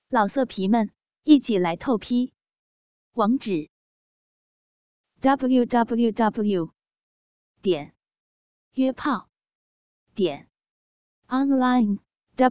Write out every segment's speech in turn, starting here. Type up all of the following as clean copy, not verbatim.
老色皮们，一起来透批！网址 www.约炮online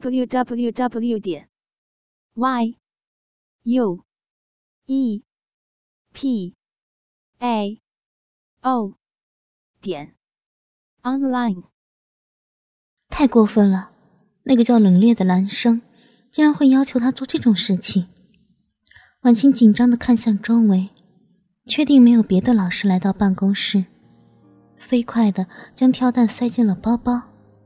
www.yuepao.online。 太过分了，那个叫冷冽的男生竟然会要求他做这种事情。婉清紧张地看向周围，确定没有别的老师来到办公室，飞快地将跳蛋塞进了包包。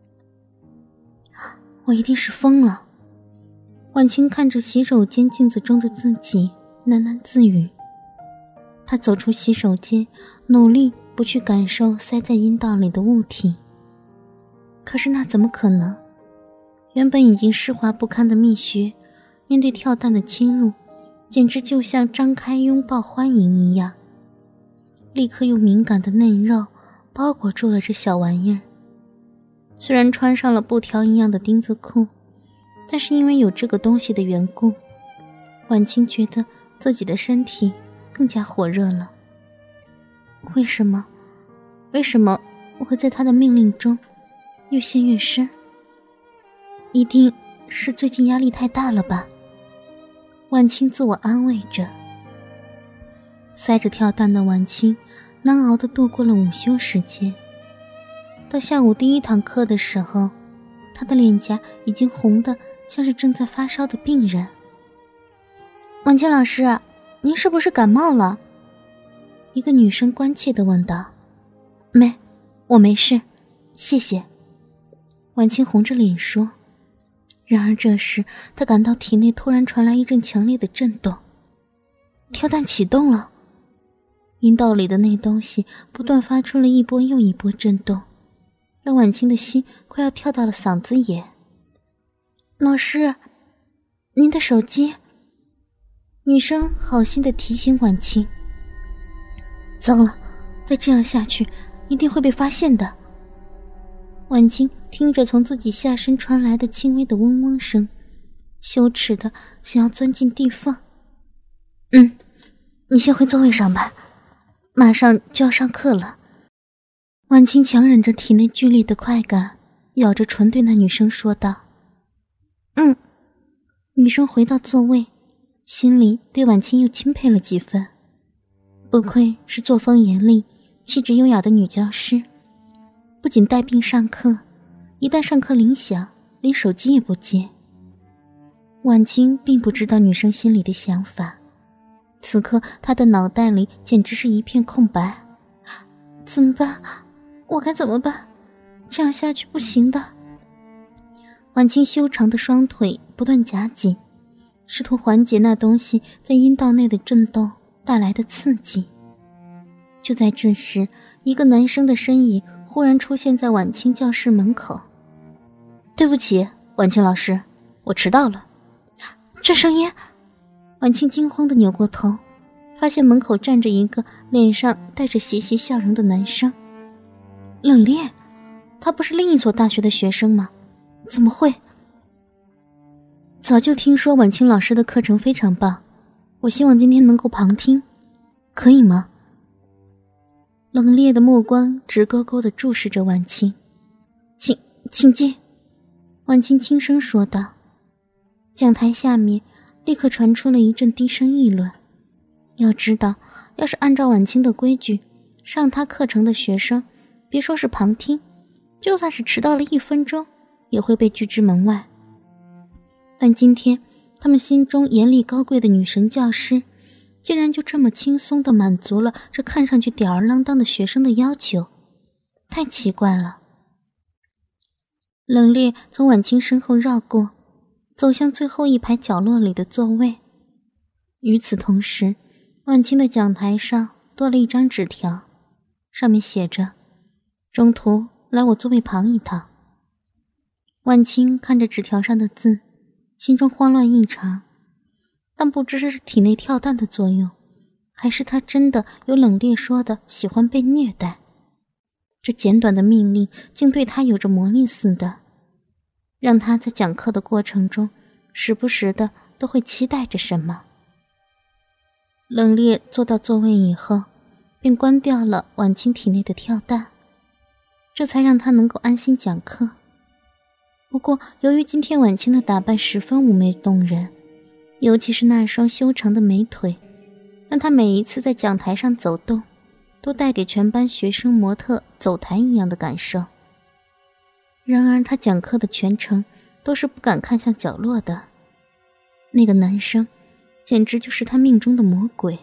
我一定是疯了。婉清看着洗手间镜子中的自己，喃喃自语。她走出洗手间，努力不去感受塞在阴道里的物体。可是那怎么可能？原本已经湿滑不堪的蜜穴，面对跳蛋的侵入，简直就像张开拥抱欢迎一样。立刻用敏感的嫩肉包裹住了这小玩意儿。虽然穿上了布条一样的钉子裤，但是因为有这个东西的缘故，婉清觉得自己的身体更加火热了。为什么我会在他的命令中越陷越深？一定是最近压力太大了吧？婉清自我安慰着。塞着跳蛋的婉清难熬地度过了午休时间。到下午第一堂课的时候，她的脸颊已经红得像是正在发烧的病人。婉清老师，您是不是感冒了？一个女生关切地问道。我没事，谢谢。婉清红着脸说。然而这时她感到体内突然传来一阵强烈的震动，跳蛋启动了。阴道里的那东西不断发出了一波又一波震动，让婉清的心快要跳到了嗓子眼。老师，您的手机。女生好心地提醒婉清。糟了，再这样下去一定会被发现的。婉清听着从自己下身传来的轻微的嗡嗡声，羞耻的想要钻进地缝。你先回座位上吧，马上就要上课了。婉清强忍着体内剧烈的快感，咬着唇对那女生说道。女生回到座位，心里对婉清又钦佩了几分。不愧是作风严厉、气质优雅的女教师，不仅带病上课，一旦上课铃响，连手机也不接。婉清并不知道女生心里的想法，此刻她的脑袋里简直是一片空白。怎么办？我该怎么办？这样下去不行的。婉清修长的双腿不断夹紧，试图缓解那东西在阴道内的震动带来的刺激。就在这时，一个男生的身影忽然出现在婉清教室门口。对不起，婉清老师，我迟到了。这声音！婉清惊慌地扭过头，发现门口站着一个脸上带着邪邪笑容的男生。冷冽，他不是另一所大学的学生吗？怎么会？早就听说婉清老师的课程非常棒，我希望今天能够旁听，可以吗？冷冽的目光直勾勾地注视着婉清。请进。婉清轻声说道。讲台下面立刻传出了一阵低声议论。要知道，要是按照婉清的规矩，上她课程的学生别说是旁听，就算是迟到了1分钟也会被拒之门外。但今天他们心中严厉高贵的女神教师竟然就这么轻松地满足了这看上去吊儿郎当的学生的要求，太奇怪了。冷冽从婉清身后绕过，走向最后一排角落里的座位。与此同时，婉清的讲台上多了一张纸条，上面写着：中途来我座位旁一趟。婉清看着纸条上的字，心中慌乱异常，但不知是体内跳蛋的作用，还是他真的有冷冽说的喜欢被虐待。这简短的命令竟对他有着魔力似的，让他在讲课的过程中时不时的都会期待着什么。冷冽坐到座位以后，便关掉了婉清体内的跳蛋，这才让他能够安心讲课。不过由于今天婉清的打扮十分妩媚动人，尤其是那双修长的美腿，让她每一次在讲台上走动，都带给全班学生模特走台一样的感受。然而她讲课的全程都是不敢看向角落的，那个男生简直就是她命中的魔鬼。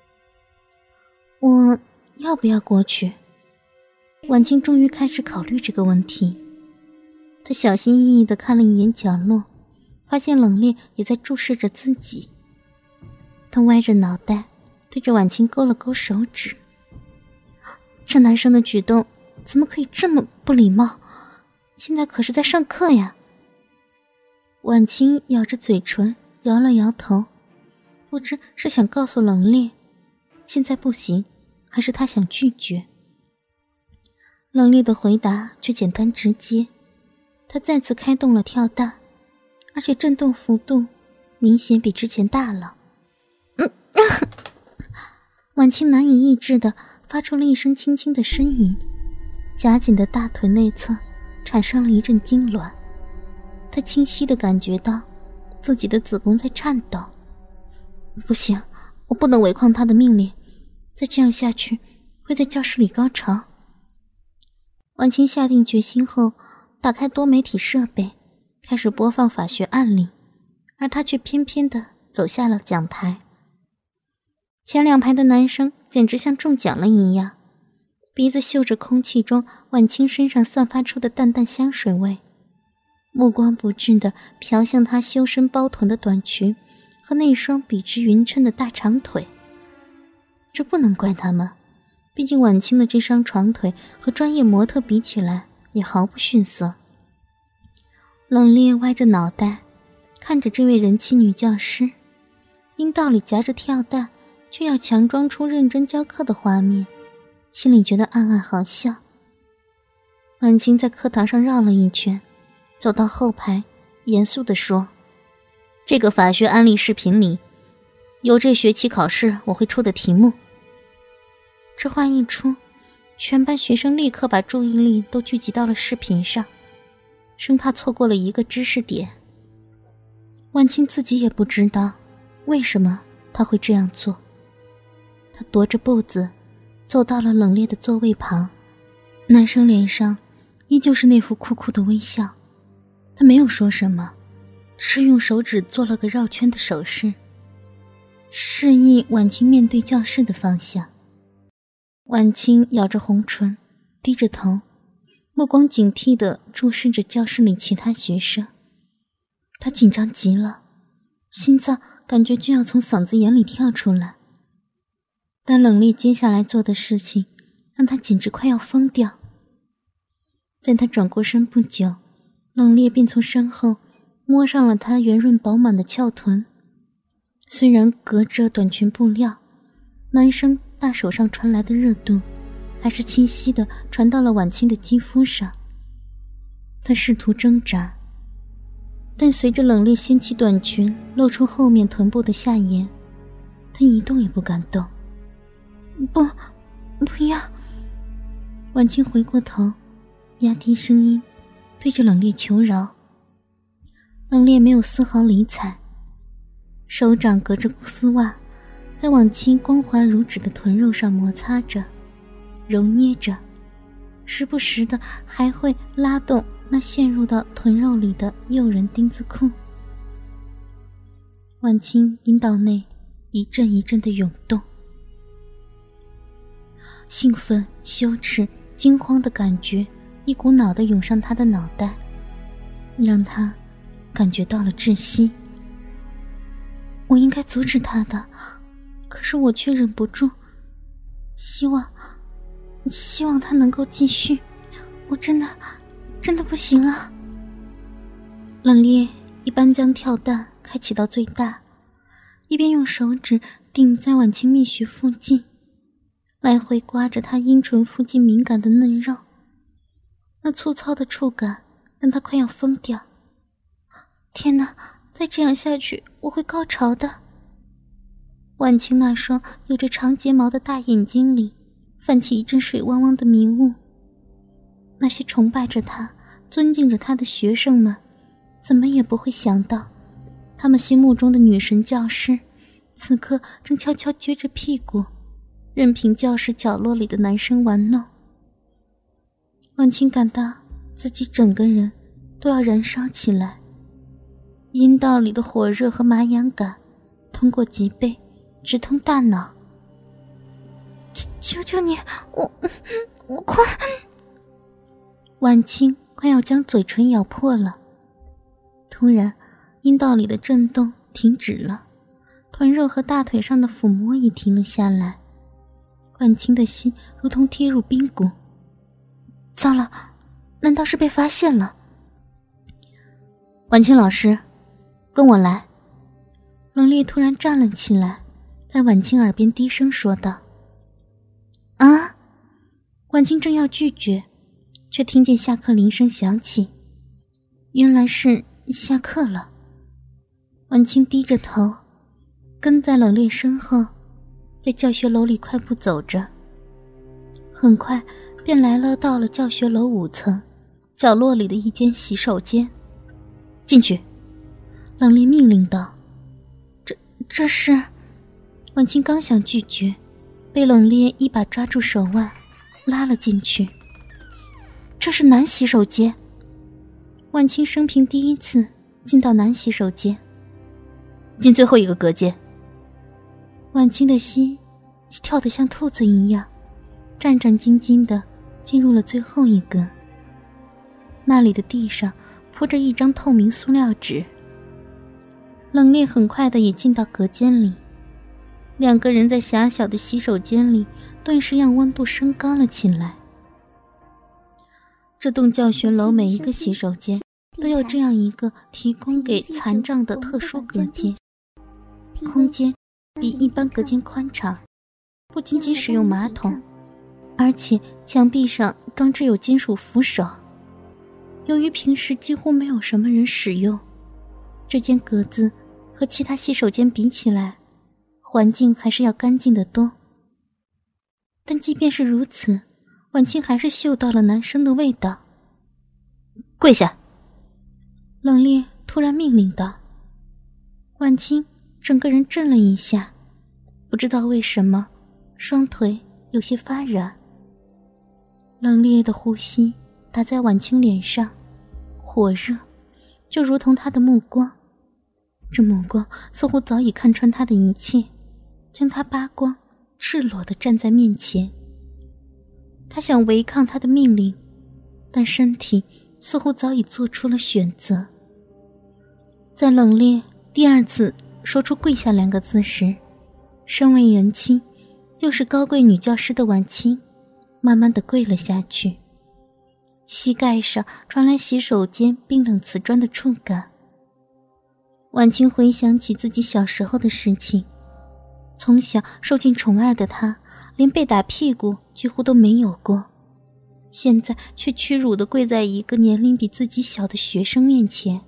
我要不要过去？婉清终于开始考虑这个问题。她小心翼翼地看了一眼角落，发现冷冽也在注视着自己。她歪着脑袋对着婉清勾了勾手指。这男生的举动怎么可以这么不礼貌？现在可是在上课呀。婉清咬着嘴唇摇了摇头，不知是想告诉冷冽现在不行，还是他想拒绝。冷冽的回答却简单直接，他再次开动了跳蛋，而且震动幅度明显比之前大了。婉清难以抑制地发出了一声轻轻的呻吟，夹紧的大腿内侧产生了一阵痉挛。她清晰地感觉到自己的子宫在颤抖。不行，我不能违抗他的命令，再这样下去会在教室里高潮。婉清下定决心后，打开多媒体设备，开始播放法学案例，而他却偏偏地走下了讲台。前两排的男生简直像中奖了一样，鼻子嗅着空气中婉清身上散发出的淡淡香水味，目光不置地瞟向她修身包臀的短裙和那双笔直匀称的大长腿。这不能怪他们，毕竟婉清的这双长腿和专业模特比起来也毫不逊色。冷冽歪着脑袋看着这位人气女教师，阴道里夹着跳蛋却要强装出认真教课的画面，心里觉得暗暗好笑。婉清在课堂上绕了一圈，走到后排严肃地说，这个法学案例视频里有这学期考试我会出的题目。这话一出，全班学生立刻把注意力都聚集到了视频上，生怕错过了一个知识点。婉清自己也不知道为什么他会这样做。他踱着步子走到了冷冽的座位旁，男生脸上依旧是那副酷酷的微笑。他没有说什么，只是用手指做了个绕圈的手势，示意婉清面对教室的方向。婉清咬着红唇，低着头，目光警惕地注视着教室里其他学生。他紧张极了，心脏感觉就要从嗓子眼里跳出来。但冷冽接下来做的事情让他简直快要疯掉。在他转过身不久，冷冽便从身后摸上了他圆润饱满的翘臀。虽然隔着短裙布料，男生大手上传来的热度还是清晰地传到了婉清的肌肤上。他试图挣扎，但随着冷冽掀起短裙露出后面臀部的下沿，他一动也不敢动。不要！婉清回过头，压低声音对着冷冽求饶。冷冽没有丝毫理睬，手掌隔着丝袜在婉清光滑如纸的臀肉上摩擦着揉捏着，时不时的还会拉动那陷入到臀肉里的诱人丁字裤。婉清阴道内一阵一阵的涌动，兴奋、羞耻、惊慌的感觉一股脑地涌上他的脑袋，让他感觉到了窒息。我应该阻止他的，可是我却忍不住，希望他能够继续。我真的不行了。冷冽一般将跳蛋开启到最大，一边用手指顶在婉清蜜穴附近，来回刮着她阴唇附近敏感的嫩肉。那粗糙的触感让她快要疯掉。天哪， 再这样下去我会高潮的。婉清那双有着长睫毛的大眼睛里泛起一阵水汪汪的迷雾。那些崇拜着他、尊敬着他的学生们，怎么也不会想到，他们心目中的女神教师，此刻正悄悄撅着屁股，任凭教室角落里的男生玩弄。婉清感到自己整个人都要燃烧起来，阴道里的火热和麻痒感通过脊背直通大脑。求求你，我快！婉清快要将嘴唇咬破了。突然，阴道里的震动停止了，臀肉和大腿上的抚摸也停了下来。婉清的心如同踢入冰谷。糟了，难道是被发现了？婉清老师，跟我来。冷冽突然站了起来，在婉清耳边低声说道。啊！婉清正要拒绝，却听见下课铃声响起。原来是下课了。婉清低着头，跟在冷冽身后，在教学楼里快步走着。很快便到了教学楼5层角落里的一间洗手间。进去，冷冽命令道。这是……婉清刚想拒绝，被冷冽一把抓住手腕，拉了进去。这是男洗手间。婉清生平第一次进到男洗手间。进最后一个隔间。婉清的心跳得像兔子一样，战战兢兢地进入了最后一个。那里的地上铺着一张透明塑料纸。冷冽很快地也进到隔间里，两个人在狭小的洗手间里顿时让温度升高了起来。这栋教学楼每一个洗手间都有这样一个提供给残障的特殊隔间，空间比一般隔间宽敞，不仅仅使用马桶，而且墙壁上装置有金属扶手。由于平时几乎没有什么人使用，这间格子和其他洗手间比起来，环境还是要干净得多。但即便是如此，婉清还是嗅到了男生的味道。跪下！冷冽突然命令道。婉清整个人震了一下，不知道为什么双腿有些发软。冷冽的呼吸打在婉清脸上，火热，就如同他的目光。这目光似乎早已看穿他的一切，将他扒光，赤裸地站在面前。他想违抗他的命令，但身体似乎早已做出了选择。在冷冽第二次说出跪下2个字时，身为人妻又是高贵女教师的婉清慢慢地跪了下去，膝盖上传来洗手间冰冷瓷砖的触感。婉清回想起自己小时候的事情，从小受尽宠爱的她，连被打屁股几乎都没有过，现在却屈辱地跪在一个年龄比自己小的学生面前。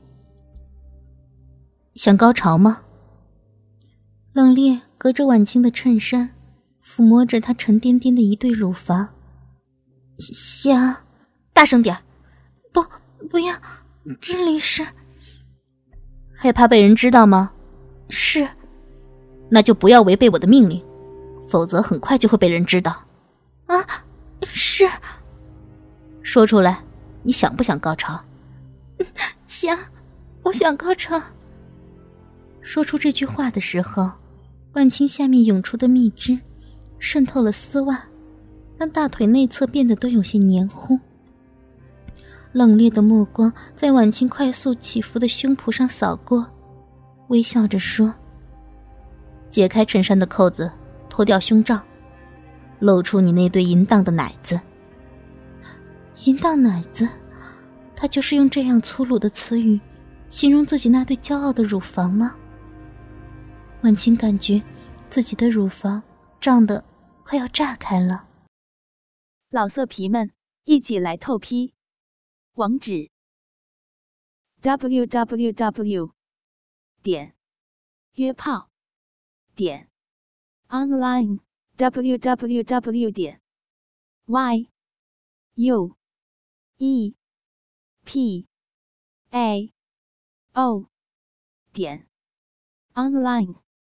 想高潮吗？冷冽隔着婉清的衬衫，抚摸着她沉甸甸的一对乳房。想……大声点！不要，这里是……害怕被人知道吗？是。那就不要违背我的命令，否则很快就会被人知道。啊，是。说出来，你想不想高潮？想，我想高潮。说出这句话的时候，婉清下面涌出的蜜汁渗透了丝袜，让大腿内侧变得都有些黏糊。冷冽的目光在婉清快速起伏的胸脯上扫过，微笑着说：解开衬衫的扣子，脱掉胸罩，露出你那对淫荡的奶子。淫荡奶子，他就是用这样粗鲁的词语形容自己那对骄傲的乳房吗？婉清感觉自己的乳房胀得快要炸开了。 老色皮们，一起来透批！网址 www 点约炮点 online www 点 yuepao 点 online。